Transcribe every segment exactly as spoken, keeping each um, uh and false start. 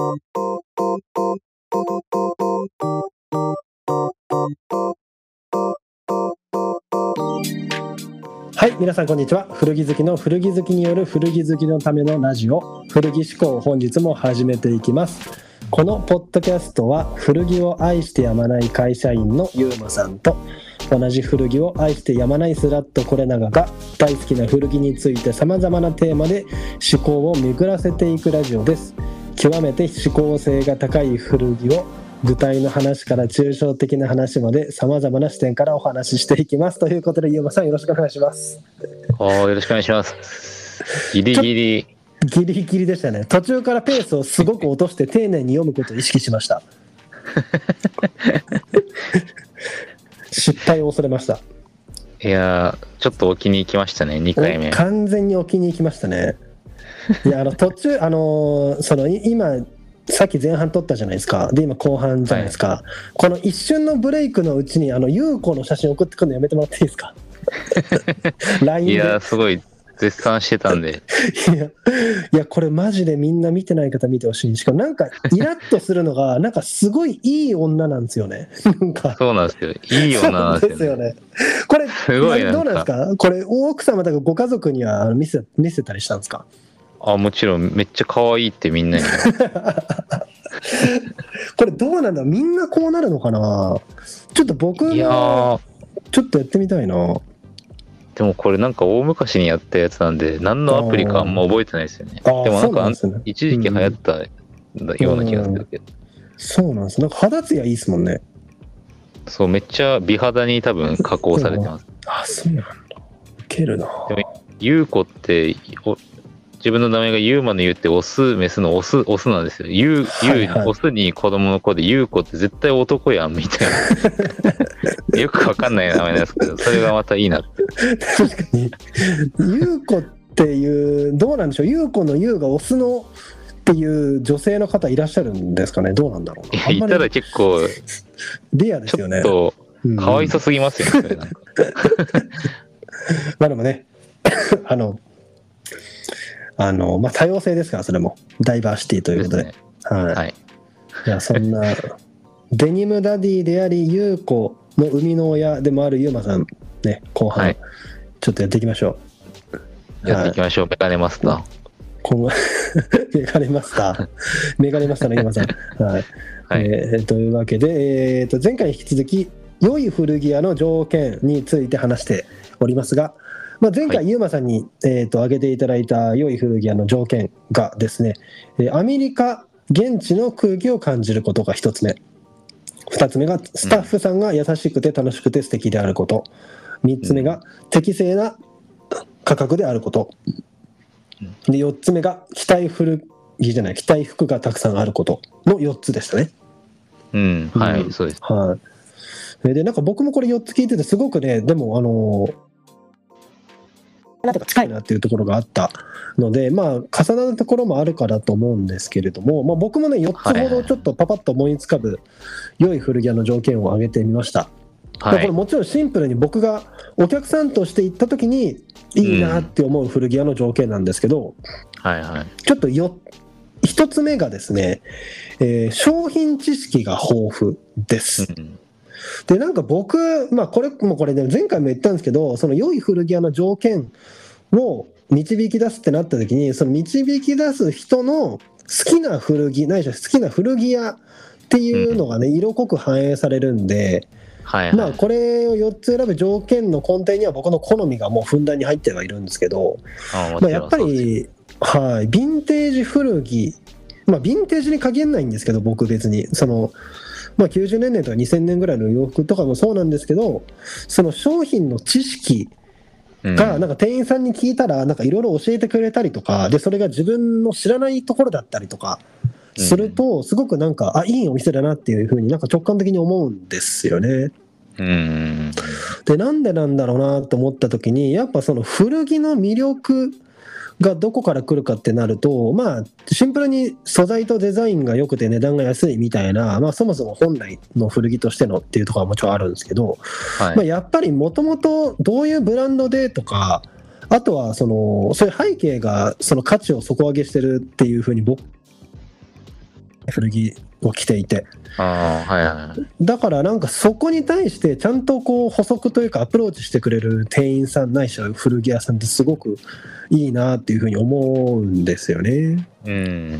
はい、皆さんこんにちは。古着好きの古着好きによる古着好きのためのラジオ、古着思考、本日も始めていきます。このポッドキャストは古着を愛してやまない会社員のゆうまさんと、同じ古着を愛してやまないスラッとこれ長が大好きな古着についてさまざまなテーマで思考を巡らせていくラジオです。極めて思考性が高い古着を具体の話から抽象的な話までさまざまな視点からお話ししていきます。ということで、ゆうまさんよろしくお願いします。 およろしくお願いします。ギリギリギリギリでしたね。途中からペースをすごく落として丁寧に読むことを意識しました失敗を恐れました。 いやちょっと置きに行きましたね。にかいめ完全に置きに行きましたね。いやあの途中あのー、その今さっき前半撮ったじゃないですか。で今後半じゃないですか、はい、この一瞬のブレイクのうちにあの優子の写真送ってくるのやめてもらっていいですかライン で。 いやすごい絶賛してたんでいや、いやこれマジでみんな見てない方見てほしい。しかもなんかイラッとするのがなんかすごいいい女なんですよね。なんかそうなんですよ。いい女なんですよ ね, ですよね。これすごいなんかどうなんですか。これ奥様とかご家族には見せ見せたりしたんですか。 あ、もちろんめっちゃ可愛いってみんなにこれどうなんだ、みんなこうなるのかな。ちょっと僕もいやちょっとやってみたいな。 でもこれなんか大昔にやったやつなんで何のアプリかあんま覚えてないですよね。でもなんかなん、ね、一時期流行ったような気がするけど、うん、 そうなんです。なんか肌ツヤいいですもんね。 そうめっちゃ美肌に多分加工されてます。 あ、そうなんだ。ウケるな。 でも優子って自分の名前がユーマのユってオスメスのオスオスなんですよ。ユー、はいはい、オスに子供の子でユーコって絶対男やんみたいなよくわかんない名前なんですけど、それがまたいいなって。 確かにユーコっていうどうなんでしょう。ユーコのユーがオスのっていう女性の方いらっしゃるんですかね。どうなんだろうな。 いやいたら結構レアですよね。 ちょっとかわいそすぎますよね、うん、それなんかまあでもねあのあのまあ、多様性ですから、それもダイバーシティということで、で、ね、はい、はい、いやそんなデニムダディであり優子の生みの親でもあるゆうまさんね、後半、はい、ちょっとやっていきましょう。やっていきましょう。メガネマスター。 今後メガネマスターメガネマスターのゆうまさん、はいはい、えー、というわけで、えー、と前回に引き続き良い古着屋の条件について話しておりますが、まあ、前回、ゆうまさんに、えーと挙げていただいた良い古着屋の条件がですね、アメリカ現地の空気を感じることが一つ目、二つ目がスタッフさんが優しくて楽しくて素敵であること、三つ目が適正な価格であること、で四つ目が着たい古着じゃない着たい服がたくさんあることのよっつでしたね。 うん、はい、うん、そうです。 はい。でなんか僕もこれよっつ聞いててすごくね、でもあのーなんとか近いなっていうところがあったので、まあ重なるところもあるかなと思うんですけれども、まあ、僕もねよっつほどちょっとパパッと思いつかぶ良い古着屋の条件を挙げてみました。はい、これもちろんシンプルに僕がお客さんとして行った時にいいなって思う古着屋の条件なんですけど、 うん、はいはい、 ちょっとよひとつめがですね、えー、商品知識が豊富です。うん、でなんか僕、まあ、これもこれね前回も言ったんですけど、その良い古着屋の条件を導き出すってなった時に、その導き出す人の好きな古着ないしは好きな古着屋っていうのがね、うん、色濃く反映されるんで、はいはい、まあこれをよっつ選ぶ条件の根底には僕の好みがもうふんだんに入ってはいるんですけど、あ、まあ、やっぱり、はい、ヴィンテージ古着、まあヴィンテージに限らないんですけど、僕別にそのまあ、きゅうじゅうねんだいとかにせんねんぐらいの洋服とかもそうなんですけど、その商品の知識がなんか店員さんに聞いたらなんかいろいろ教えてくれたりとかで、それが自分の知らないところだったりとかすると、すごくなんかあいいお店だなっていうふうになんか直感的に思うんですよね。 うん、 でなんでなんだろうなと思った時に、やっぱその古着の魅力がどこから来るかってなると、まあシンプルに素材とデザインが良くて値段が安いみたいな、まあそもそも本来の古着としてのっていうところはもちろんあるんですけど、はい、まあ、やっぱりもともとどういうブランドでとか、あとはそのそういう背景がその価値を底上げしてるっていうふうに僕古着を着ていて、 あーはいはい、 だからなんかそこに対してちゃんとこう補足というかアプローチしてくれる店員さんないしは古着屋さんってすごくいいなっていうふうに思うんですよね。 うん、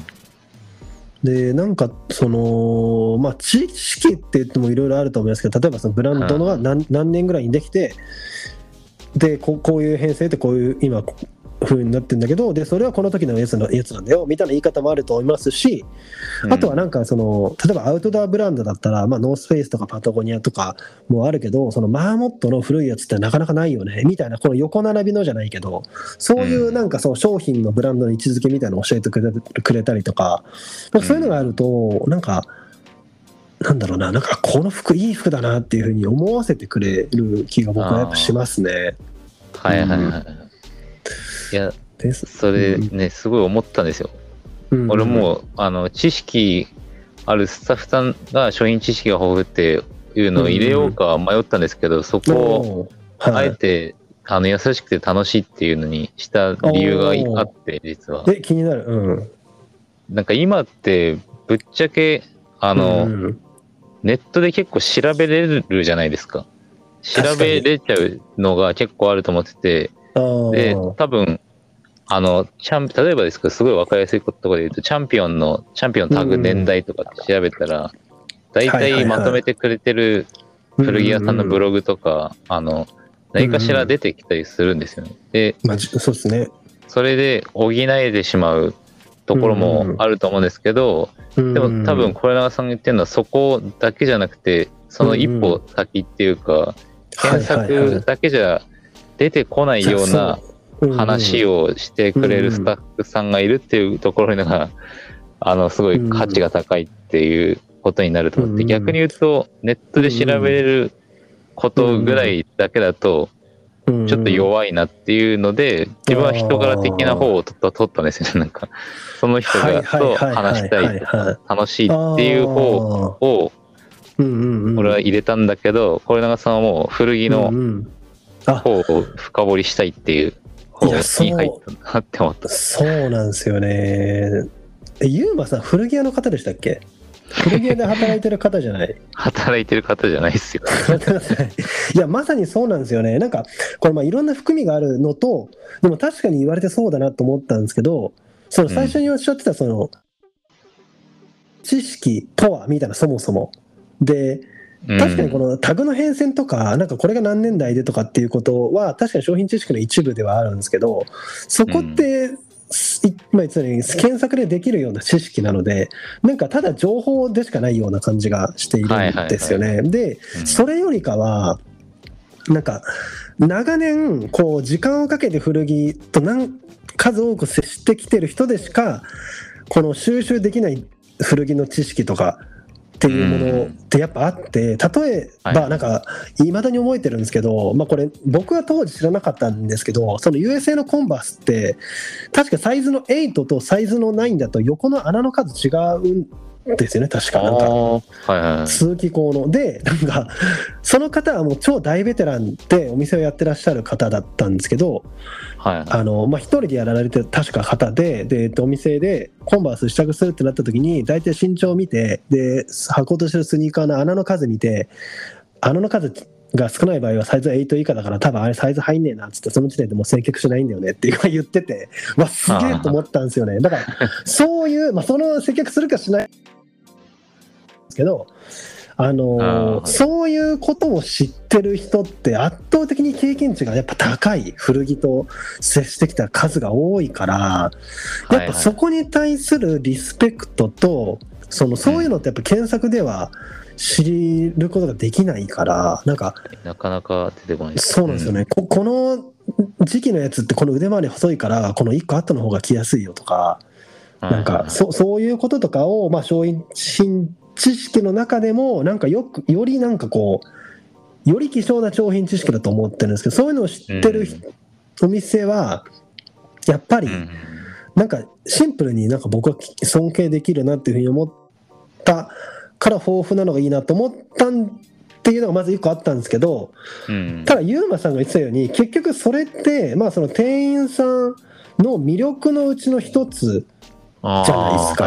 でなんかそのまあ知識って言ってもいろいろあると思いますけど、例えばそのブランドが 何,、何年ぐらいにできて、で こ, こういう編成ってこういう今風になってるんだけど、でそれはこの時のやつのやつなんだよみたいな言い方もあると思いますし、あとはなんかその例えばアウトドアブランドだったら、まあ、ノースフェイスとかパタゴニアとかもあるけど、そのマーモットの古いやつってなかなかないよねみたいな、この横並びのじゃないけど、そういうなんかそう商品のブランドの位置づけみたいなのを教えてくれくれたりとか、なんかそういうのがあるとなんかなんだろうな、なんかこの服いい服だなっていうふうに思わせてくれる気が僕はやっぱしますね。 はいはいはい、うん、いやそれねすごい思ったんですよ、うんうん、俺もあの知識あるスタッフさんが商品知識が豊富っていうのを入れようか迷ったんですけど、そこをあえてあの優しくて楽しいっていうのにした理由があって、実はえ気になる、うん、 なんか今ってぶっちゃけあの、うん、ネットで結構調べれるじゃないですか。調べれちゃうのが結構あると思ってて、で多分あのチャン例えばですけどすごい分かりやすいことで言うとチャンピオンのチャンピオンタグ年代とか調べたら大体まとめてくれてる古着屋さんのブログとかあの何かしら出てきたりするんですよね。で、 そうですね。 それで補えてしまうところもあると思うんですけど、でも多分小柳さんが言ってるのはそこだけじゃなくてその一歩先っていうか検索だけじゃ出てこないような話をしてくれるスタッフさんがいるっていうところがあのすごい価値が高いっていうことになると思って、逆に言うとネットで調べれることぐらいだけだとちょっと弱いなっていうので自分は人柄的な方を取ったんですよね。なんかその人がと話したいとか楽しいっていう方を俺は入れたんだけど、小柳さんはもう古着の方を深掘りしたいっていう方に入ったなって思った。 そうなんですよね。ゆうまさん古着屋の方でしたっけ？古着屋で働いてる方じゃない？ 働いてる方じゃないですよ。 いやまさにそうなんですよね。なんかこれまあいろんな含みがあるのと、でも確かに言われてそうだなと思ったんですけど、その最初におっしゃってたその、うん、知識とはみたいな、そもそもで確かにこのタグの変遷とか、なんかこれが何年代でとかっていうことは確かに商品知識の一部ではあるんですけど、そこって、うん今言ったように検索でできるような知識なので、なんかただ情報でしかないような感じがしているんですよね。はいはいはい、で、うん、それよりかはなんか長年こう時間をかけて古着と何数多く接してきてる人でしかこの収集できない古着の知識とかっていうものってやっぱあって、例えばなんかいまだに覚えてるんですけど、まあこれ僕は当時知らなかったんですけど、その ユーエスエー のコンバースって確かサイズのエイトとサイズのナインだと横の穴の数違うんですよね、確か。なんか通気口ので、なんかその方はもう超大ベテランでお店をやってらっしゃる方だったんですけど、はい、あのまあ、一人でやられてる確か方で、で、えっと、お店でコンバース試着するってなった時に大体身長を見て、で履こうとしてるスニーカーの穴の数見て、穴の数が少ない場合はサイズはエイト以下だから多分あれサイズ入んねえなっつって、その時点でもう接客しないんだよねって言ってて、わすげえと思ったんですよね。だからそういう、まあ、その接客するかしないけど、あのー、そういうことを知ってる人って圧倒的に経験値がやっぱ高い、古着と接してきた数が多いから、やっぱそこに対するリスペクトと、そのそういうのってやっぱ検索では知ることができないから、なんかなかなか出てこないです。 そうなんですよね、うん、こ, この時期のやつってこの腕回り細いからこのいっこあったの方が着やすいよとか、なんか そ, そういうこととかを、まあ、商品知識の中でもなんかよくよりなんかこうより希少な商品知識だと思ってるんですけど、そういうのを知ってる、うん、お店はやっぱりなんかシンプルになんか僕は尊敬できるなっていうふうに思ったから豊富なのがいいなと思ったんっていうのがまず一個あったんですけど、うん、ただユーマさんが言ってたように結局それってまあその店員さんの魅力のうちの一つじゃないですか。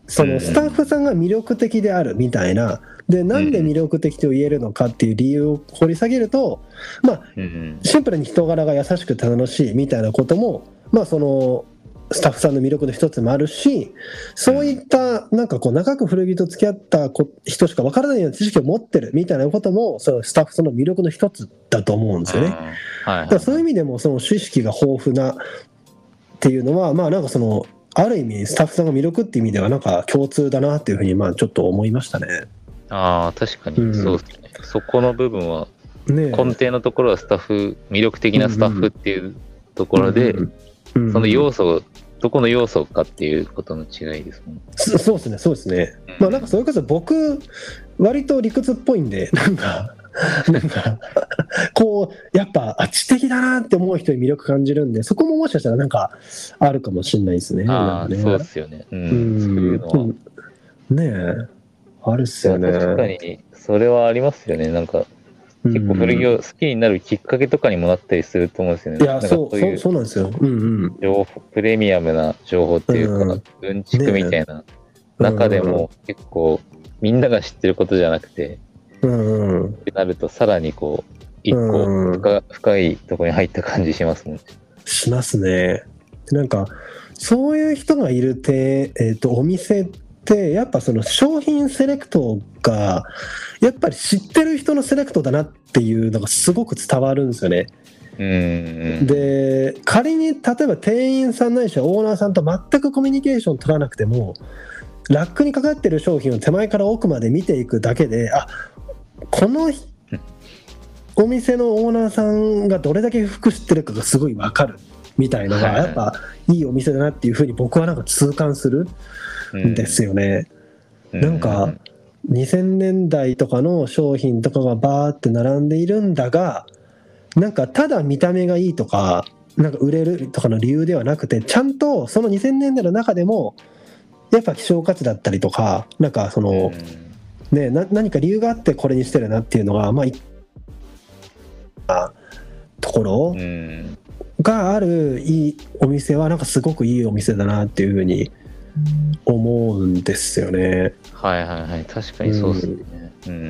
そのスタッフさんが魅力的であるみたいな、でなんで魅力的と言えるのかっていう理由を掘り下げると、まあシンプルに人柄が優しくて楽しいみたいなことも、まあそのスタッフさんの魅力の一つもあるし、そういったなんかこう長く古着と付き合った人しか分からないような知識を持ってるみたいなことも、そのスタッフさんの魅力の一つだと思うんですよね。だからそういう意味でもその知識が豊富なっていうのは、まあなんかそのある意味スタッフさんが魅力っていう意味ではなんか共通だなっていうふうにまあちょっと思いましたね。 ああ、確かにそうですね、うん、そこの部分は根底のところはスタッフ、魅力的なスタッフっていうところで、うんうん、その要素、どこの要素かっていうことの違いですもんね。 そ, そうですね、そうですね、うん、まあなんかそれこそ僕割と理屈っぽいんで、なんかなんかこうやっぱあ知的だなって思う人に魅力感じるんで、そこももしかしたらなんかあるかもしれないですね。 ああ、 ね、 そうですよね、うん、うん、そういうのは、 うん、ねえあるっすよね。 確かにそれはありますよね。なんか結構古着を好きになるきっかけとかにもなったりすると思うんですよね。 いや、そうそう、そうなんですよ。うんうん。 情報、プレミアムな情報っていうか、うん、ちくみたいな中でも結構みんなが知ってることじゃなくて、うんうん、ってなるとさらにこう一個深、うん、深いところに入った感じしますもんね。 しますね。なんかそういう人がいるて、えーと、お店ってやっぱその商品セレクトがやっぱり知ってる人のセレクトだなっていうのがすごく伝わるんですよね。 うんで仮に例えば店員さんないしはオーナーさんと全くコミュニケーション取らなくても、ラックにかかってる商品を手前から奥まで見ていくだけで、あ、このお店のオーナーさんがどれだけ服知ってるかがすごい分かるみたいなのがやっぱいいお店だなっていうふうに僕はなんか痛感するんですよね。なんかにせんねんだいとかの商品とかがバーって並んでいるんだが、なんかただ見た目がいいとかなんか売れるとかの理由ではなくて、ちゃんとそのにせんねんだいの中でもやっぱ希少価値だったりとか、なんかそのね、な何か理由があってこれにしてるなっていうのがまあところがあるいいお店はなんかすごくいいお店だなっていうふうに思うんですよね。 はいはいはい、確かにそうですね。うん、うん、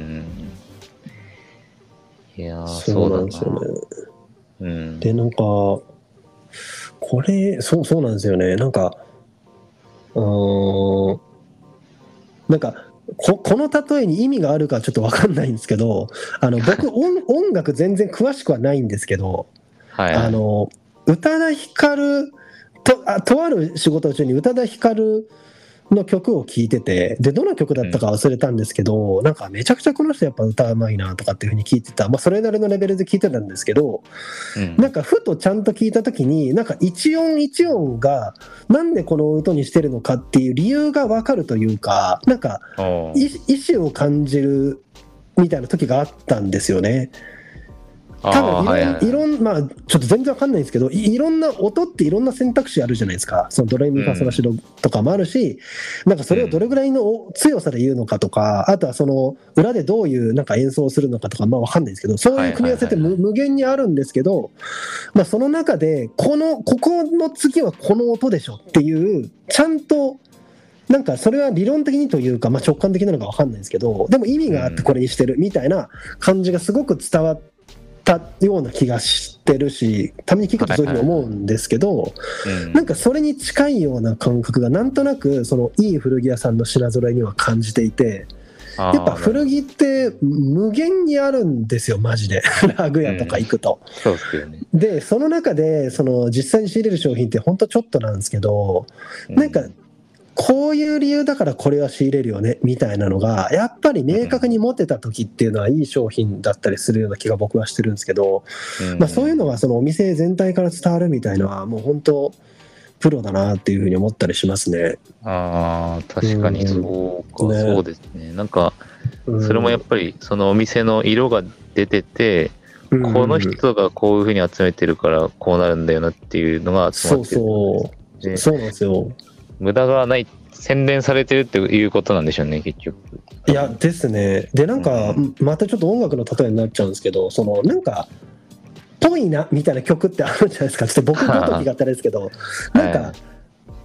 いやーそうなんですよね。うん、 でなんかこれそうそうなんですよね。なんかうーんなんかこ, この例えに意味があるかちょっと分かんないんですけど、あの僕音, 音楽全然詳しくはないんですけど、 はいはい、 あの宇多田ヒカル と, あとある仕事中に宇多田ヒカルの曲を聴いてて、でどの曲だったか忘れたんですけど、うん、なんかめちゃくちゃこの人やっぱ歌うまいなとかっていう風に聞いてた、まあ、それなりのレベルで聞いてたんですけど、うん、なんかふとちゃんと聞いた時になんか一音一音がなんでこの音にしてるのかっていう理由が分かるというか、なんか意思を感じるみたいな時があったんですよね。多分いろん、はいはい、いろんまあちょっと全然わかんないんですけど、 い, いろんな音っていろんな選択肢あるじゃないですか。そのドレミファソラシドとかもあるし、うん、なんかそれをどれぐらいの強さで言うのかとか、うん、あとはその裏でどういうなんか演奏をするのかとかまあわかんないですけど、そういう組み合わせって 無,、はいはいはい、無限にあるんですけど、まあ、その中でこのここの次はこの音でしょっていうちゃんとなんかそれは理論的にというか、まあ、直感的なのかわかんないですけど、でも意味があってこれにしてるみたいな感じがすごく伝わってたような気がしてるし、たまに聞くとそういうふうに思うんですけど、はいはいはい、なんかそれに近いような感覚がなんとなくそのいい古着屋さんの品揃えには感じていて、やっぱ古着って無限にあるんですよマジでラグ屋とか行くと、 うん、そうですよね。 でその中でその実際に仕入れる商品ってほんとちょっとなんですけど、うん、なんかこういう理由だからこれは仕入れるよねみたいなのがやっぱり明確に持てた時っていうのはいい商品だったりするような気が僕はしてるんですけど、うんまあ、そういうのがそのお店全体から伝わるみたいのはもう本当プロだなっていうふうに思ったりしますね。 ああ確かにそうか、うんね、そうですね。なんかそれもやっぱりそのお店の色が出てて、うん、この人がこういうふうに集めてるからこうなるんだよなっていうのが集まってる、 そうそう、そうなんですよ。 無駄がない、洗練されてるっていうことなんでしょうね結局。 いやですね。でなんか、うん、またちょっと音楽の例えになっちゃうんですけど、そのなんかぽいなみたいな曲ってあるじゃないですか。ちょっと僕ごときがあったらですけど、なんか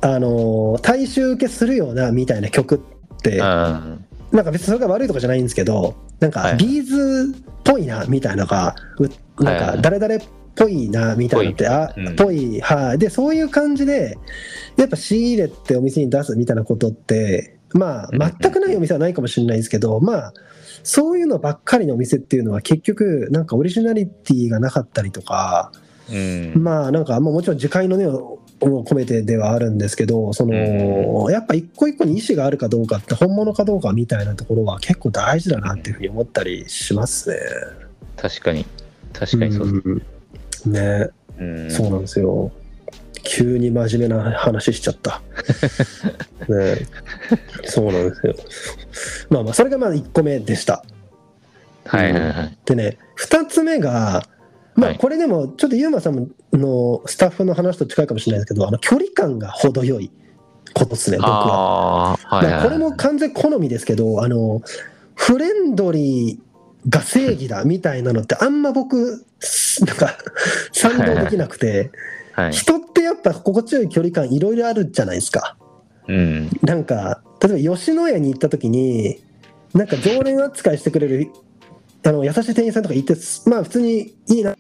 あの大衆受けするようなみたいな曲ってなんか別にそれが悪いとかじゃないんですけど、なんかビーズっぽいなみたいなのが、なんか誰々っぽいなみたいなのってあっぽい、はい。でそういう感じでやっぱ仕入れてお店に出すみたいなことってまあ全くないお店はないかもしれないですけど、まあそういうのばっかりのお店っていうのは結局なんかオリジナリティがなかったりとか、うん、まあなんかもちろん自戒の念を込めてではあるんですけど、そのやっぱ一個一個に意思があるかどうかって本物かどうかみたいなところは結構大事だなっていうふうに思ったりしますね。 確かに確かにそうです、 うん、ね、うん、そうなんですよ。急に真面目な話しちゃった、ね、そうなんですよ。まあまあそれがまあいっこめでした。 はいはいはい。 でね、ふたつめがまあこれでもちょっとユーマさんのスタッフの話と近いかもしれないですけど、あの距離感が程よいことですね、僕は。あ、はいはいはい、これも完全好みですけど、あのフレンドリーが正義だみたいなのってあんま僕なんか賛同できなくて、はい、人ってやっぱ心地よい距離感いろいろあるじゃないですか、うん、なんか例えば吉野家に行った時になんか常連扱いしてくれるあの優しい店員さんとかいて、まあ普通にいいな。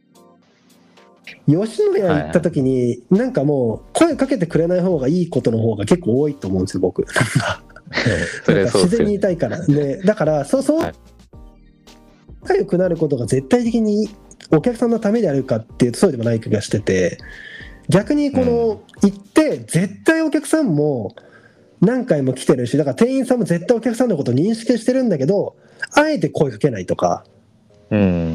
吉野家行った時に、はいはい、なんかもう声かけてくれない方がいいことの方が結構多いと思うんですよ、僕。なんか自然にいたいから、ね、だからそうそう、はい、仲良くなることが絶対的にお客さんのためであるかっていうとそうでもない気がしてて、逆にこの、うん、行って絶対お客さんも何回も来てるし、だから店員さんも絶対お客さんのことを認識してるんだけどあえて声かけないとか、うん、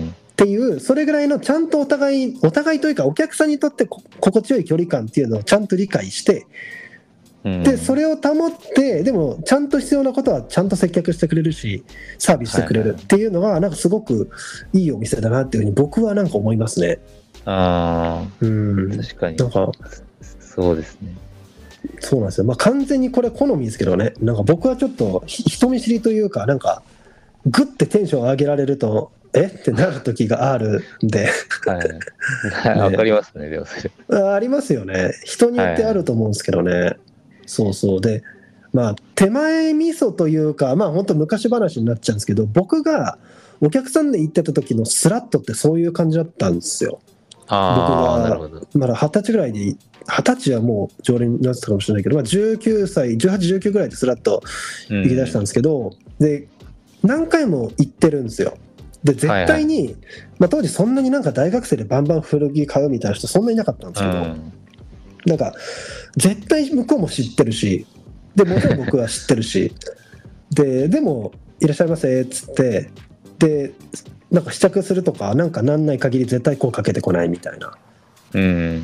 っていうそれぐらいのちゃんとお互いお互いというかお客さんにとって心地よい距離感っていうのをちゃんと理解して、うん、でそれを保ってでもちゃんと必要なことはちゃんと接客してくれるしサービスしてくれるっていうのはなんかすごくいいお店だなっていうふうに僕はなんか思いますね。 ああ、うん、確かになんかそうですね。 そうなんですよ。まあ完全にこれ好みですけどね。なんか僕はちょっと人見知りというかなんかグッてテンション上げられるとえってなる時があるんではい、わかりますね。でもそれありますよね。人によってあると思うんですけどね、はい、そうそうでまあ手前味噌というかまあ本当昔話になっちゃうんですけど、僕がお客さんで行ってた時のスラットってそういう感じだったんですよ。 あ僕がまだはたちぐらいで二十歳はもう常連になってたかもしれないけど、まあ、じゅうきゅうさいじゅうはち、じゅうきゅうぐらいでスラッと行き出したんですけど、うん、で何回も行ってるんですよ。で絶対に、はいはいまあ、当時そんなになんか大学生でバンバン古着買うみたいな人そんなにいなかったんですけど、うん、なんか絶対向こうも知ってるしでもちろん僕は知ってるしででもいらっしゃいませっつってでなんか試着するとかなんかなんない限り絶対声かけてこないみたいな、うん、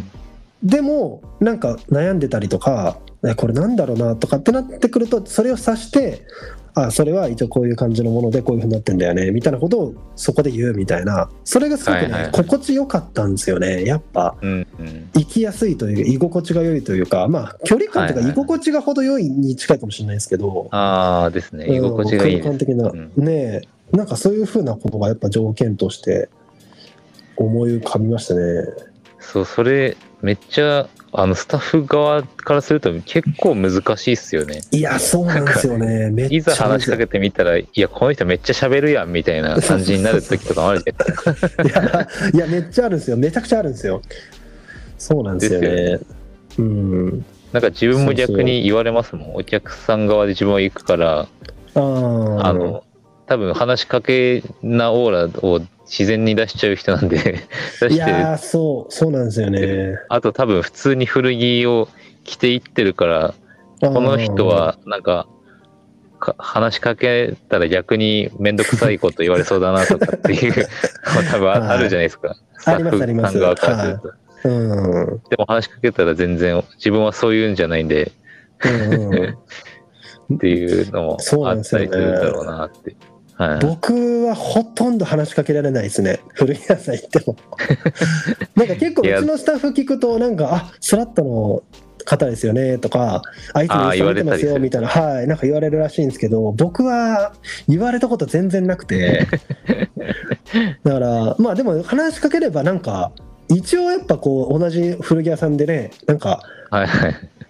でもなんか悩んでたりとかこれなんだろうなとかってなってくるとそれを察してあそれは一応こういう感じのものでこういう風になってんだよねみたいなことをそこで言うみたいな、それがすごくね、はいはい、心地よかったんですよね。やっぱ、うんうん、生きやすいというか居心地が良いというか、まあ距離感というか居心地が程よいに近いかもしれないですけど、はいはい、 ああですね、居心地がいいです、 空間的な、うん、ねえなんかそういう風なことがやっぱ条件として思い浮かびましたね。 そうそれめっちゃあのスタッフ側からすると結構難しいっすよね。 いやそうなんですよね。めっちゃいざ話しかけてみたらいやこの人めっちゃ喋るやんみたいな感じになる時とかもあるじゃないですか。 いやいやめっちゃあるんですよ。めちゃくちゃあるんですよ。そうなんですよね。よねうんなんか自分も逆に言われますもん。そうそうお客さん側で自分は行くからああの多分話しかけなオーラを自然に出しちゃう人なんで出していやそうそうなんですよね。 あと多分普通に古着を着ていってるからこの人はなんかか話しかけたら逆に面倒くさいこと言われそうだなとかっていう多分あるじゃないですか、スタッフさん側からすると、うん、でも話しかけたら全然自分はそういうんじゃないんでっていうのもあったりするんだろうなって。はい、 僕はほとんど話しかけられないですね、古着屋さん行ってもなんか結構うちのスタッフ聞くとなんかあスラットの方ですよねとかあいつもインスタ見てますよみたいな、はい、なんか言われるらしいんですけど僕は言われたこと全然なくてだからまあでも話しかければなんか一応やっぱこう同じ古着屋さんでねなんか、はいはい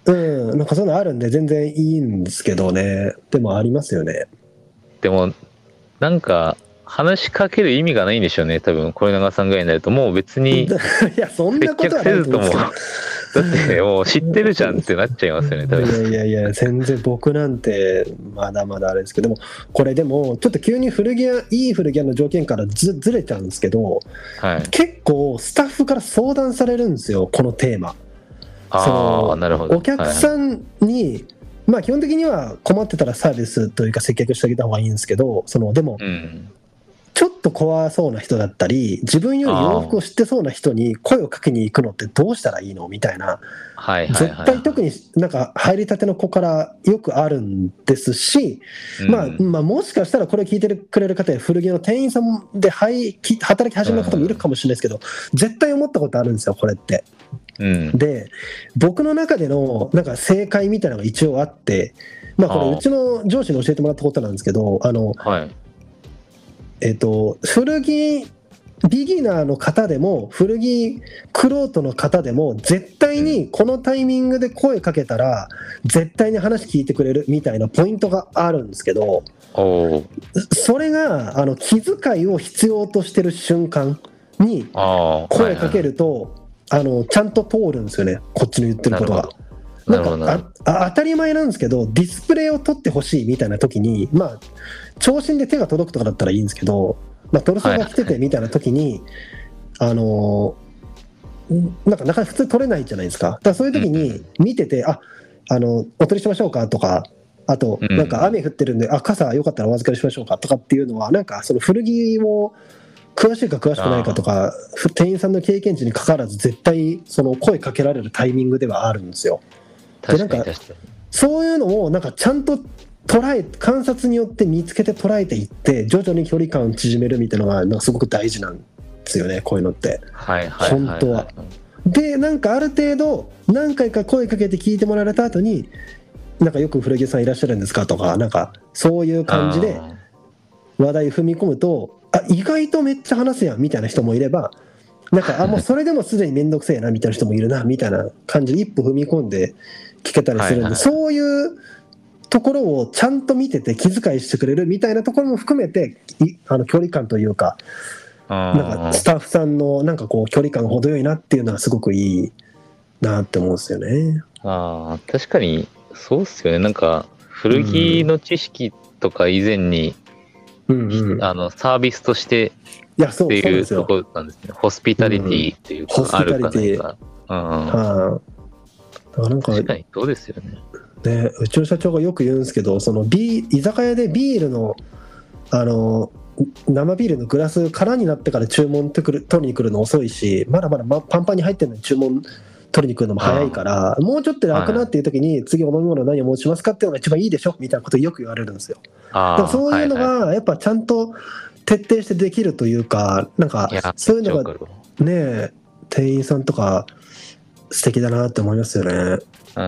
うん、なんかそういうのあるんで全然いいんですけどね。でもありますよね。 でもなんか話しかける意味がないんでしょうね、多分小永さんぐらいになると。もう別にいやそん接なこと客はないとせずとも思うんですだってもう知ってるじゃんってなっちゃいますよね、多分。 けど、いやいやいや全然僕なんてまだまだあれですけども、これでもちょっと急に古着屋いい古着屋の条件から ず, ずれちゃうんですけど、 はい。 結構スタッフから相談されるんですよ、このテーマ。そあのあ、なるほど。 お客さんに、まあ基本的には困ってたらサービスというか接客してあげた方がいいんですけど、そのでもうん。 ちょっと怖そうな人だったり自分より洋服を知ってそうな人に声をかけに行くのってどうしたらいいのみたいな、 はいはいはい、はい。 絶対特になんか入りたての子からよくあるんですし、 うん、 まあ、まあもしかしたらこれ聞いてくれる方や古着の店員さんで働き始める方もいるかもしれないですけど、絶対思ったことあるんですよこれって。 うん、 で僕の中でのなんか正解みたいなのが一応あって、まあ、これうちの上司に教えてもらったことなんですけど、あの、 はい、 えっと、古着ビギナーの方でも古着クロートの方でも絶対にこのタイミングで声かけたら絶対に話聞いてくれるみたいなポイントがあるんですけど、 おそれがあの気遣いを必要としてる瞬間に声かけると、あのちゃんと通るんですよね、こっちの言ってることが。なんかああ当たり前なんですけどディスプレイを取ってほしいみたいな時に、まあ長身で手が届くとかだったらいいんですけど、まあ、トルソーが来ててみたいな時に、はい、あのなんかなかなか普通取れないじゃないですか。だからそういう時に見てて、ああのお取りしましょうかとか、あとなんか雨降ってるんで、あ傘よかったらお預かりしましょうかとかっていうのは、なんかその古着も詳しいか詳しくないかとか店員さんの経験値にかかわらず絶対その声かけられるタイミングではあるんですよ。でなんかそういうのをなんかちゃんと捉え観察によって見つけて捉えていって徐々に距離感を縮めるみたいなのがなんかすごく大事なんですよね、こういうのって、 はいはいはいはい、 本当は。でなんかある程度何回か声かけて聞いてもらえた後になんかよく古着さんいらっしゃるんですかとか、なんかそういう感じで話題踏み込むと、あ意外とめっちゃ話すやんみたいな人もいれば、なんかあもうそれでもすでに面倒くせえなみたいな人もいるなみたいな感じで一歩踏み込んで聞けたりするんで、はいはい、そういうところをちゃんと見てて気遣いしてくれるみたいなところも含めてあの距離感というか、なんかスタッフさんのなんかこう距離感程よいなっていうのはすごくいいなって思うんですよね。 あ確かにそうっすよね。なんか古着の知識とか以前に、うんうん、あのサービスとしていやそうっていうところなんですね。ホスピタリティっていうか、うん、あるかないか。うん、はあ、だからなんか確かにそうですよね。 ね、うちの社長がよく言うんですけど、そのビ居酒屋でビールのあの生ビールのグラス空になってから注文ってくる取りに来るの遅いし、まだまだパンパンに入ってるのに注文取りに来るのも早いから、もうちょっと楽なっていう時に、はい、次お飲み物何を申しますかっていうのが一番いいでしょみたいなことをよく言われるんですよ。あでもそういうのがやっぱちゃんと徹底してできるというか、なんかそういうのがね店員さんとか素敵だなって思いますよね。 うん、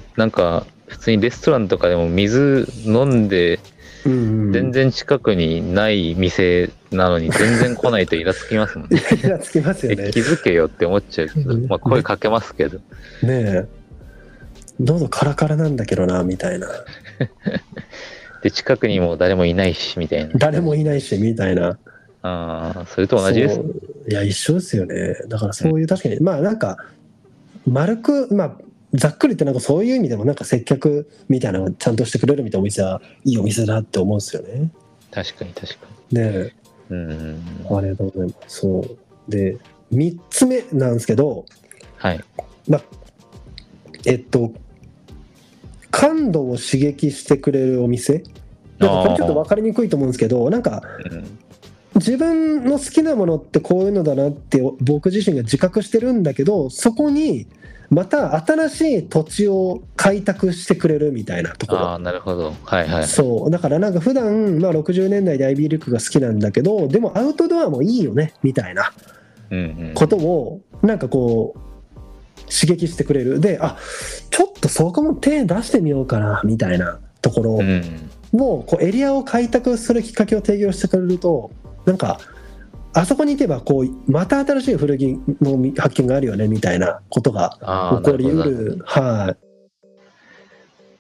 なんか普通にレストランとかでも水飲んで全然近くにない店なのに全然来ないとイラつきますもんね。 イラつきますよね。 気づけよって思っちゃうけど、まあ、声かけますけどねえ喉カラカラなんだけどなみたいなで近くにも誰もいないしみたいな、 誰もいないしみたいな、 あそれと同じです。 いや一緒ですよね。だからそういう、確かにまあなんか丸くまあざっくり言ってなんかそういう意味でもなんか接客みたいなのをちゃんとしてくれるみたいなお店はいいお店だって思うんですよね。 確かに確かにねえ、うん、ありがとうございます。そうでみっつめなんですけど、 はいまえっと感度を刺激してくれるお店、なんかこれちょっと分かりにくいと思うんですけど、なんか、うん、自分の好きなものってこういうのだなって僕自身が自覚してるんだけど、そこにまた新しい土地を開拓してくれるみたいなところ。 あ、なるほど、はいはい。 そうだからなんか普段まあろくじゅうねんだいでアイビールックが好きなんだけど、でもアウトドアもいいよねみたいなことをなんかこう刺激してくれる。で、あちょっとそこも手出してみようかなみたいなところをこうエリアを開拓するきっかけを提供してくれると、なんかあそこに行けばこうまた新しい古着の発見があるよねみたいなことが起こりうる。はい。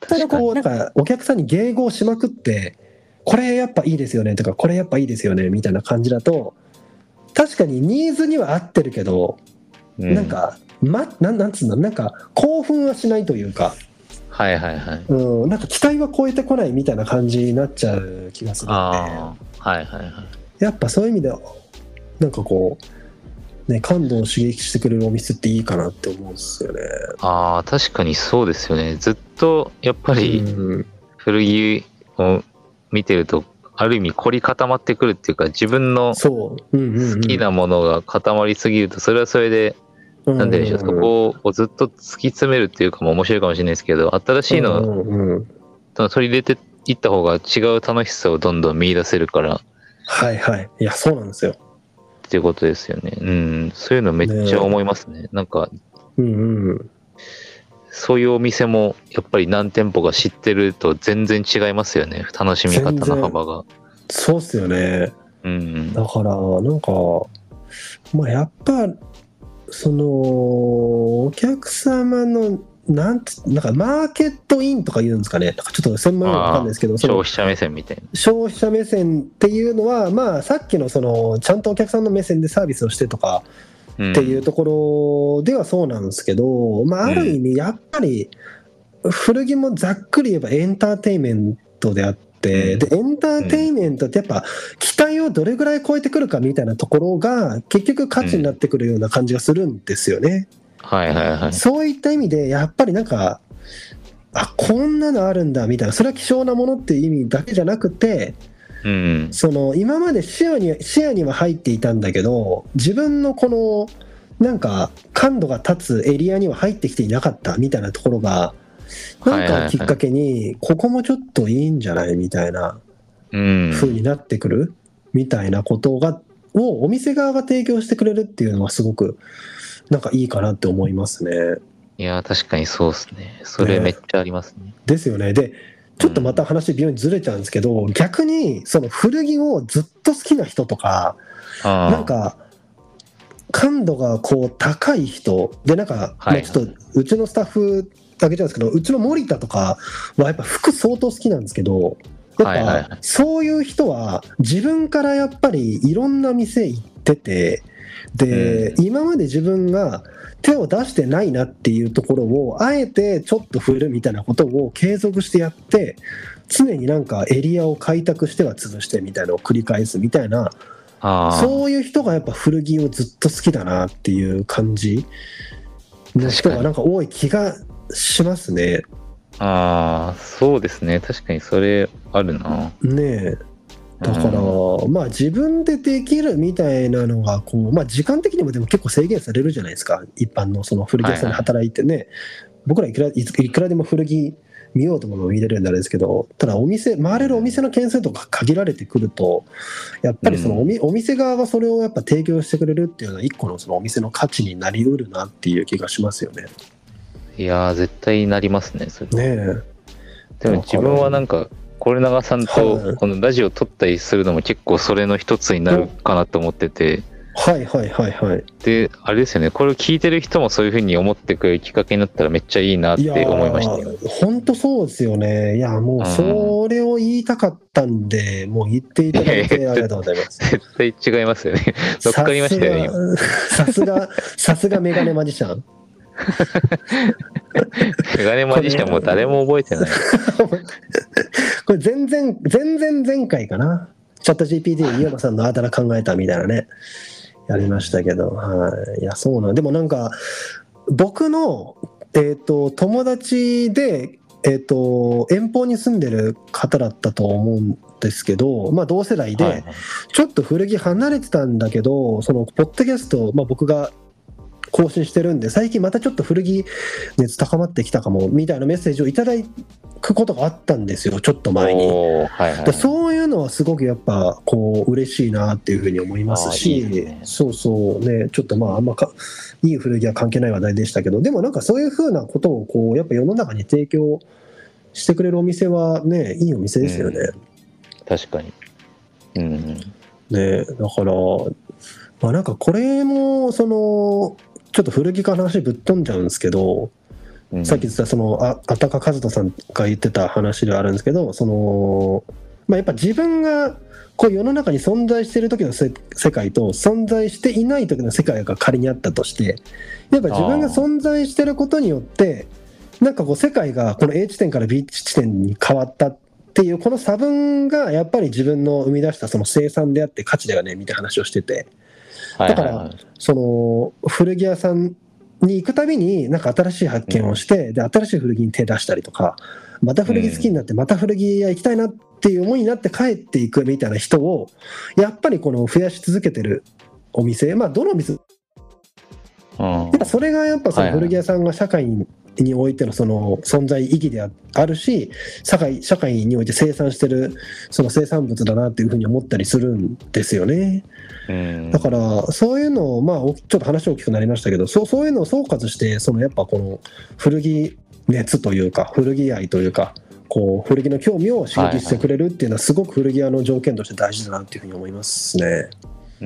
たらこうなんかお客さんに迎合しまくってこれやっぱいいですよねとかこれやっぱいいですよねみたいな感じだと確かにニーズには合ってるけど、うん、なんか、ま、なん、なんつうんだなんか興奮はしないというか、 はいはいはい、 うん、なんか期待は超えてこないみたいな感じになっちゃう気がするんで、 あ、はいはいはい、 やっぱそういう意味ではなんかこう、ね、感動を刺激してくれるお店っていいかなって思うんですよね。 ああ、確かにそうですよね。ずっとやっぱり古着を見てると、ある意味凝り固まってくるっていうか、自分の好きなものが固まりすぎると、それはそれで、なんででしょう、そこをずっと突き詰めるっていうかも面白いかもしれないですけど、新しいのを取り入れていった方が違う楽しさをどんどん見出せるから。 はいはい。いや、そうなんですよ。 っていうことですよね。うん。そういうのめっちゃ思いますね。ね、なんか、うんうん、そういうお店もやっぱり何店舗か知ってると全然違いますよね。楽しみ方の幅が。 そうっすよね。うん、だからなんか、まあ、やっぱそのお客様のなんつなんかマーケットインとか言うんですかね。なんかちょっと専門用語わかんないですけど、 消費者目線みたいな。 消費者目線っていうのは、まあさっきのそのちゃんとお客さんの目線でサービスをしてとかっていうところではそうなんですけど、まあある意味やっぱり古着もざっくり言えばエンターテインメントであって。でエンターテインメントってやっぱ期待をどれぐらい超えてくるかみたいなところが結局価値になってくるような感じがするんですよね。 はいはいはい。 そういった意味でやっぱりなんかあこんなのあるんだみたいな、それは希少なものっていう意味だけじゃなくて、うん、その今まで視野に視野には入っていたんだけど自分のこのなんか感度が立つエリアには入ってきていなかったみたいなところがなんかきっかけにここもちょっといいんじゃないみたいな風になってくるみたいなことがをお店側が提供してくれるっていうのはすごくなんかいいかなって思いますね。 いや確かにそうですね。それめっちゃありますね。 ねですよね。でちょっとまた話微妙にずれちゃうんですけど、うん、逆にその古着をずっと好きな人とかなんか感度がこう高い人でなんか、はい、ちょっとうちのスタッフだけじゃないですけどうちの森田とかはやっぱ服相当好きなんですけどやっぱそういう人は自分からやっぱりいろんな店行っててで、うん、今まで自分が手を出してないなっていうところをあえてちょっと振るみたいなことを継続してやって常になんかエリアを開拓しては潰してみたいなのを繰り返すみたいなそういう人がやっぱ古着をずっと好きだなっていう感じの人がなんか多い気がしますね。 ああそうですね確かにそれあるな。 ねえだから、うん、まあ自分でできるみたいなのがこう、まあ、時間的にもでも結構制限されるじゃないですか一般のその古着屋さんで働いてね、はいはい、僕らいくらいくらでも古着見ようとも見れるんであれですけどただお店回れるお店の件数とか限られてくるとやっぱりそのお, み、うん、お店側がそれをやっぱ提供してくれるっていうのは一個のそのお店の価値になりうるなっていう気がしますよね。 いやー絶対なりますねそれねえ。でも自分はなんかコレナガさんとこのラジオ撮ったりするのも結構それの一つになるかなと思ってて、 はいはいはいはい。 であれですよねこれを聞いてる人もそういう風に思ってくれるきっかけになったらめっちゃいいなって思いましたよ。 本当そうですよね。いやもうそれを言いたかったんで、うん、もう言っていただいてありがとうございます。 絶対違いますよね。乗っかりましたよね今。 さすがさすがメガネマジシャン。 メガネマジシャンも誰も覚えてない。 これ全然全然前回かな。チャット ジーピーティー に岩間さんのあだ名考えたみたいなねやりましたけど、はい、いやそうなんでもなんか僕のえっと友達でえっと遠方に住んでる方だったと思うんですけど、まあ同世代でちょっと古着離れてたんだけど、そのポッドキャストまあ僕が更新してるんで最近またちょっと古着熱高まってきたかもみたいなメッセージをいただくことがあったんですよちょっと前に、はいはい、そういうのはすごくやっぱこう嬉しいなっていうふうに思いますし、いいね、そうそうねちょっとまああんまかいい古着は関係ない話題でしたけどでもなんかそういうふうなことをこうやっぱ世の中に提供してくれるお店はねいいお店ですよね、うん、 確かに、うんね、だからまあなんかこれもそのちょっと古着から話ぶっ飛んじゃうんですけどうん、 さっき言ったそのああたか和人さんが言ってた話ではあるんですけど、その、まあ、やっぱ自分がこう世の中に存在している時のせ世界と存在していない時の世界が仮にあったとして、やっぱ自分が存在していることによってなんかこう世界がこの A 地点から B 地点に変わったっていうこの差分がやっぱり自分の生み出したその生産であって価値だよねみたいな話をしてて、だからその古着屋さんに行くたびになんか新しい発見をして、うん、で新しい古着に手出したりとか、また古着好きになってまた古着屋行きたいなっていう思いになって帰っていくみたいな人をやっぱりこの増やし続けてるお店、まあどのお店、うん、やっぱそれがやっぱその古着屋さんが社会ににおいてのその存在意義であるし、社会、社会において生産してるその生産物だなっていうふうに思ったりするんですよね。うんだからそういうのを、まあ、ちょっと話大きくなりましたけど、そう、そういうのを総括してそのやっぱこの古着熱というか古着愛というかこう古着の興味を刺激してくれるっていうのはすごく古着屋の条件として大事だなっていうふうに思いますね。 うん、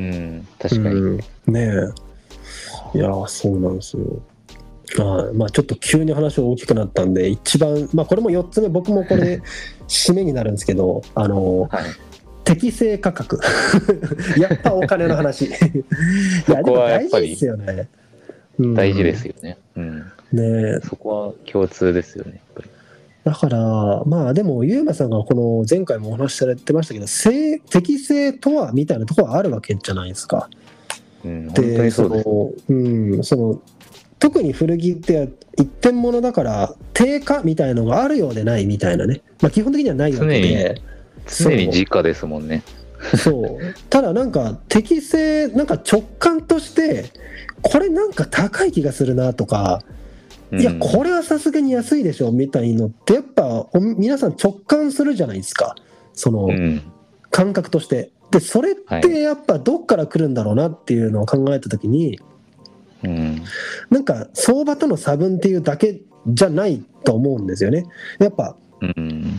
確かに、うん、 ねえ、いやそうなんですよ。あまあ、ちょっと急に話大きくなったんで一番、まあ、これもよっつめ、僕もこれ締めになるんですけど、あの、はい、適正価格やっぱお金の話いやでも大事ですよね。 大事ですよね、うん、ねそこは共通ですよねやっぱり。 だからまあでもゆうまさんがこの前回もお話しされてましたけど、正適正とはみたいなところはあるわけじゃないですか。 うん、本当にそうです。 その、うん、その特に古着って一点物だから定価みたいのがあるようでないみたいなね、まあ、基本的にはないわけで常に時価ですもんね。 そうただなんか適正なんか直感としてこれなんか高い気がするなとか、うん、いやこれはさすがに安いでしょみたいのってやっぱ皆さん直感するじゃないですか、その感覚として。でそれってやっぱどっから来るんだろうなっていうのを考えた時に、うん、なんか相場との差分っていうだけじゃないと思うんですよね。やっぱ、うん、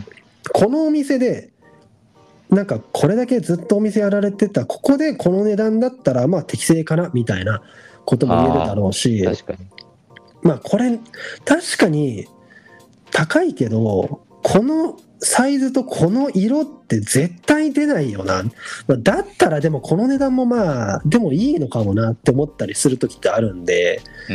このお店でなんかこれだけずっとお店やられてたここでこの値段だったらまあ適正かなみたいなことも言えるだろうし、 確かにまあこれ確かに高いけどこのサイズとこの色って絶対出ないよな、だったらでもこの値段もまあでもいいのかもなって思ったりする時ってあるんで、うん、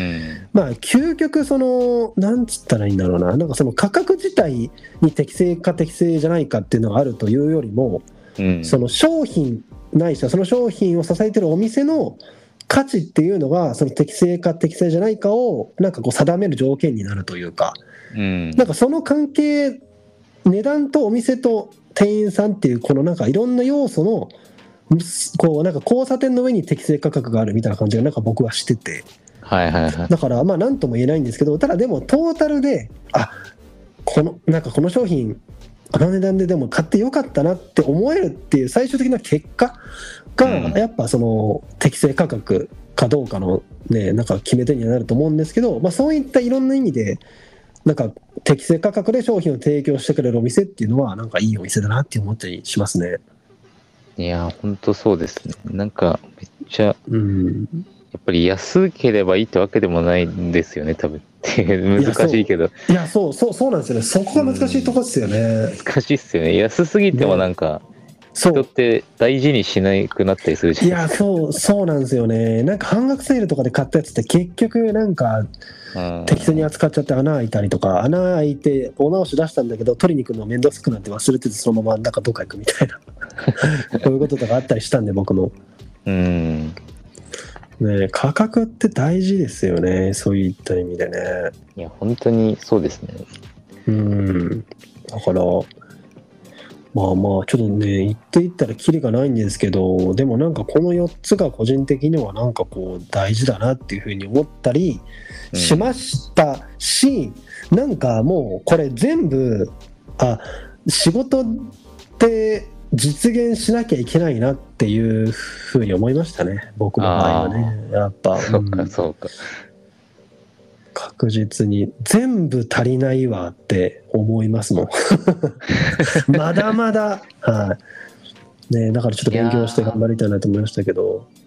まあ究極そのなんつったらいいんだろうな、なんかその価格自体に適正か適正じゃないかっていうのがあるというよりも、うん、その商品ないしはその商品を支えてるお店の価値っていうのがその適正か適正じゃないかをなんかこう定める条件になるというか、うん、なんかその関係値段とお店と店員さんっていうこのなんかいろんな要素のこうなんか交差点の上に適正価格があるみたいな感じがなんか僕はしてて、 はいはいはい、 だからまあ何とも言えないんですけど、ただでもトータルであこのなんかこの商品あの値段ででも買ってよかったなって思えるっていう最終的な結果がやっぱその適正価格かどうかのねなんか決め手にはなると思うんですけど、まあそういったいろんな意味でなんか適正価格で商品を提供してくれるお店っていうのはなんかいいお店だなって思ったりしますね。 いや本当そうですね。なんかめっちゃ、うん、やっぱり安ければいいってわけでもないんですよね多分難しいけど、 いやそうそうそうなんですよね。そこが難しいところですよね、 うん、難しいっすよね。安すぎてもなんか、ね、人って大事にしなくなったりするじゃないですか。 いやそうそうなんですよね。なんか半額セールとかで買ったやつって結局なんか適正に扱っちゃって穴開いたりとか、穴開いてお直し出したんだけど取りに行くの面倒くさくなって忘れててそのままなんかどっか行くみたいなこういうこととかあったりしたんで僕も、うんね、価格って大事ですよね、そういった意味でね。 いや本当にそうですね。 うんだからまあまあちょっとね言っていったらキリがないんですけど、でもなんかこのよっつが個人的にはなんかこう大事だなっていうふうに思ったりしましたし、うん、なんかもうこれ全部あ仕事って実現しなきゃいけないなっていうふうに思いましたね、僕の場合はね。やっぱそうかそうか、 確実に全部足りないわって思いますもんまだまだ、はいね、だからちょっと勉強して頑張りたいなと思いましたけど、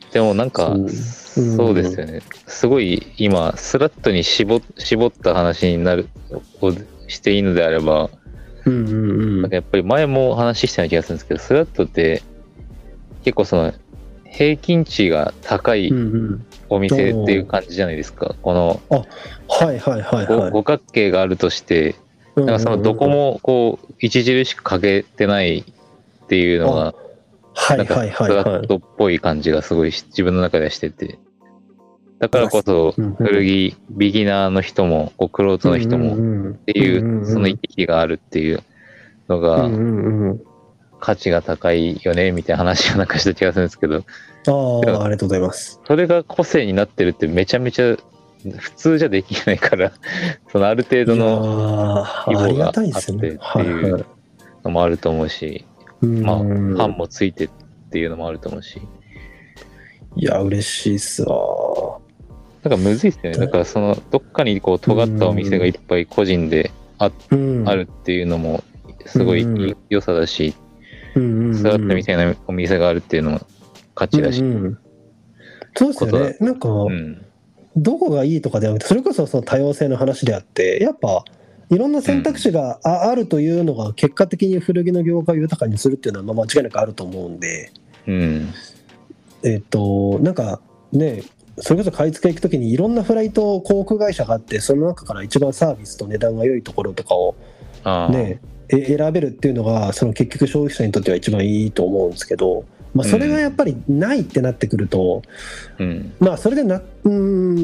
でもなんか、 そう、 そうですよね。すごい今、スラットに絞絞った話になる、をしていいのであれば、 うんうんうん、 なんかやっぱり前も話したような気がするんですけど、スラットって結構その平均値が高いお店っていう感じじゃないですか。この、 あ、はいはいはいはい。 五角形があるとして、なんかそのどこもこう著しく欠けてないっていうのが、なんかスラットっぽい感じがすごい自分の中ではしてて。だからこそ古着ビギナーの人もクロートの人もっていうその行き来があるっていうのが価値が高いよねみたいな話をなんかした気がするんですけど、 ああ、ありがとうございます。 それが個性になってるってめちゃめちゃ普通じゃできないからそのある程度の規模があってっていうのもあると思うし、まあファンもついてっていうのもあると思うし、 いや嬉しいっすわ。 なんかむずいっすよね。だからそのどっかにこう尖ったお店がいっぱい個人で あ,、うん、あるっていうのもすごい良さだし、スラットみたいなお店があるっていうのも価値だし、うんうん、 そうですよね。なんか、うん、どこがいいとかではなくて、それこそその多様性の話であって、やっぱいろんな選択肢があるというのが結果的に古着の業界を豊かにするっていうのはまあ間違いなくあると思うんで、うん、えっとなんかね、それこそ買い付け行くときにいろんなフライト航空会社があって、その中から一番サービスと値段が良いところとかをね選べるっていうのがその結局消費者にとっては一番いいと思うんですけど、まあ、それがやっぱりないってなってくると、うん、まあそれでな、うん、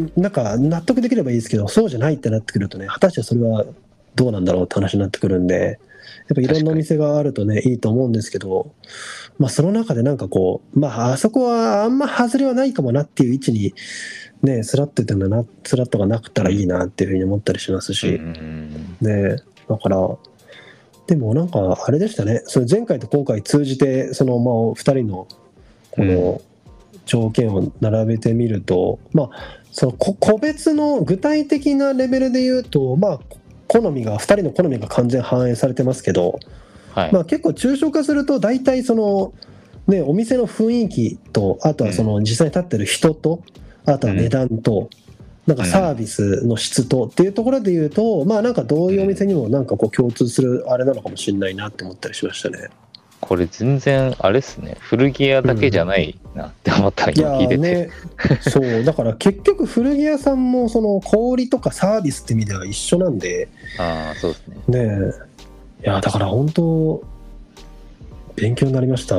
なんか納得できればいいですけど、そうじゃないってなってくるとね、果たしてそれはどうなんだろうって話になってくるんで、やっぱいろんなお店があるとねいいと思うんですけど、まあ、その中でなんかこう、まああそこはあんま外れはないかもなっていう位置にねスラットっていうのはなスラットがなくたらいいなっていうふうに思ったりしますし、ね、だからでもなんかあれでしたね、それ前回と今回通じてそのまあふたりのこの条件を並べてみると、まあその個別の具体的なレベルで言うとまあ好みがふたりの好みが完全反映されてますけど、はい、まあ結構抽象化すると大体そのねお店の雰囲気と、あとはその実際に立ってる人と、あとは値段と、なんかサービスの質とっていうところで言うと、まあなんかどういうお店にもなんかこう共通するあれなのかもしれないなって思ったりしましたね。 これ全然あれですね、古着屋だけじゃないなって思ったら今聞いてて、うん、いやね、 そうだから結局古着屋さんもその小売りとかサービスって意味では一緒なんで、 ああそうですね。 ねえ、いやだから本当勉強になりました。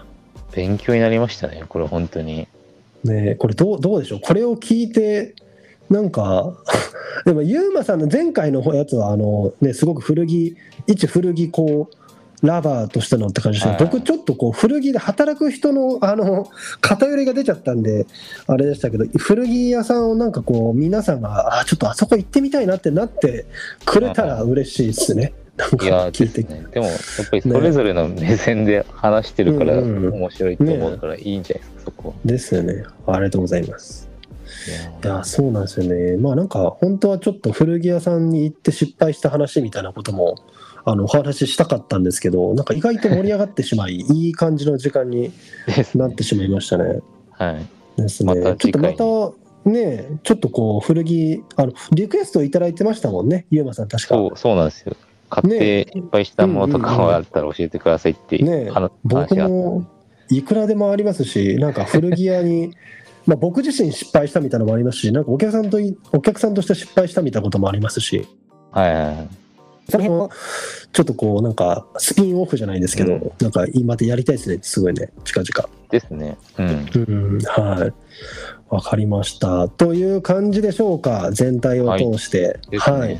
勉強になりましたねこれ本当に。 ねえ、これどうどうでしょう、これを聞いてなんかでもユーマさんの前回のやつはあのねすごく古着一古着こうラバーとしてのって感じですけど、僕ちょっとこう古着で働く人のあの偏りが出ちゃったんであれでしたけど、古着屋さんをなんかこう皆さんがあちょっとあそこ行ってみたいなってなってくれたら嬉しいですね。なんか聞いて、 ね、でもやっぱりそれぞれの目線で話してるから面白いと思うからいいんじゃないですか、ね、そこですよね。ありがとうございます。いやそうなんですよね。まあなんか本当はちょっと古着屋さんに行って失敗した話みたいなこともあのお話ししたかったんですけど、なんか意外と盛り上がってしまいいい感じの時間になってしまいましたね。 はいですね。ま、ちょっとまたねちょっとこう古着あのリクエストをいただいてましたもんね、ゆうまさん確か。 そうそうなんですよ。買って失敗したものとかはあったら教えてくださいっていう、ねうんうんうん、僕もいくらでもありますし、なんか古着屋にまあ僕自身失敗したみたいなのもありますし、なんかお客さんとお客さんとして失敗したみたいなこともありますし、 はいはいはい、 その辺はちょっとこうなんかスピンオフじゃないですけど、うん、なんか今でやりたいですね、すごいね、近々 ですね。うん、 うん、はい、わかりましたという感じでしょうか、全体を通して。はい、はい、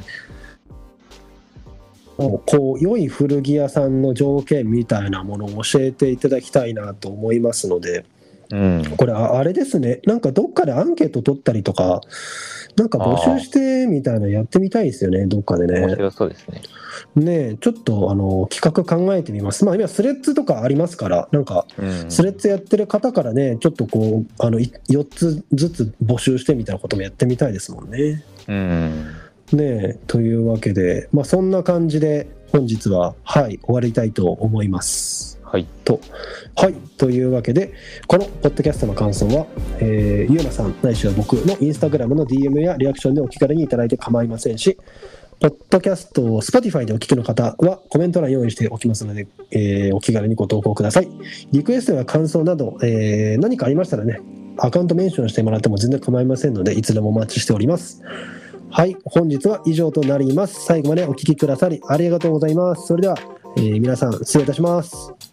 こう良い古着屋さんの条件みたいなものを教えていただきたいなと思いますので、うん、これあれですね、なんかどっかでアンケート取ったりとかなんか募集してみたいなのやってみたいですよね、どっかでね。 面白そうですね。 ね、ちょっとあの企画考えてみます。まあ今スレッズとかありますから、なんかスレッズやってる方からねちょっとこうあのよっつずつ募集してみたいなこともやってみたいですもんね。 うんね、というわけで、まあ、そんな感じで本日ははい終わりたいと思います。 はいとはいというわけで、このポッドキャストの感想は、えー、ゆうまさんないしは僕のインスタグラムの ディーエム やリアクションでお気軽にいただいて構いませんし、ポッドキャストを Spotify でお聞きの方はコメント欄用意しておきますので、えー、お気軽にご投稿ください。リクエストや感想など、えー、何かありましたらね、アカウントメンションしてもらっても全然構いませんので、いつでもお待ちしております。はい、本日は以上となります。最後までお聞きくださりありがとうございます。それでは、えー、皆さん失礼いたします。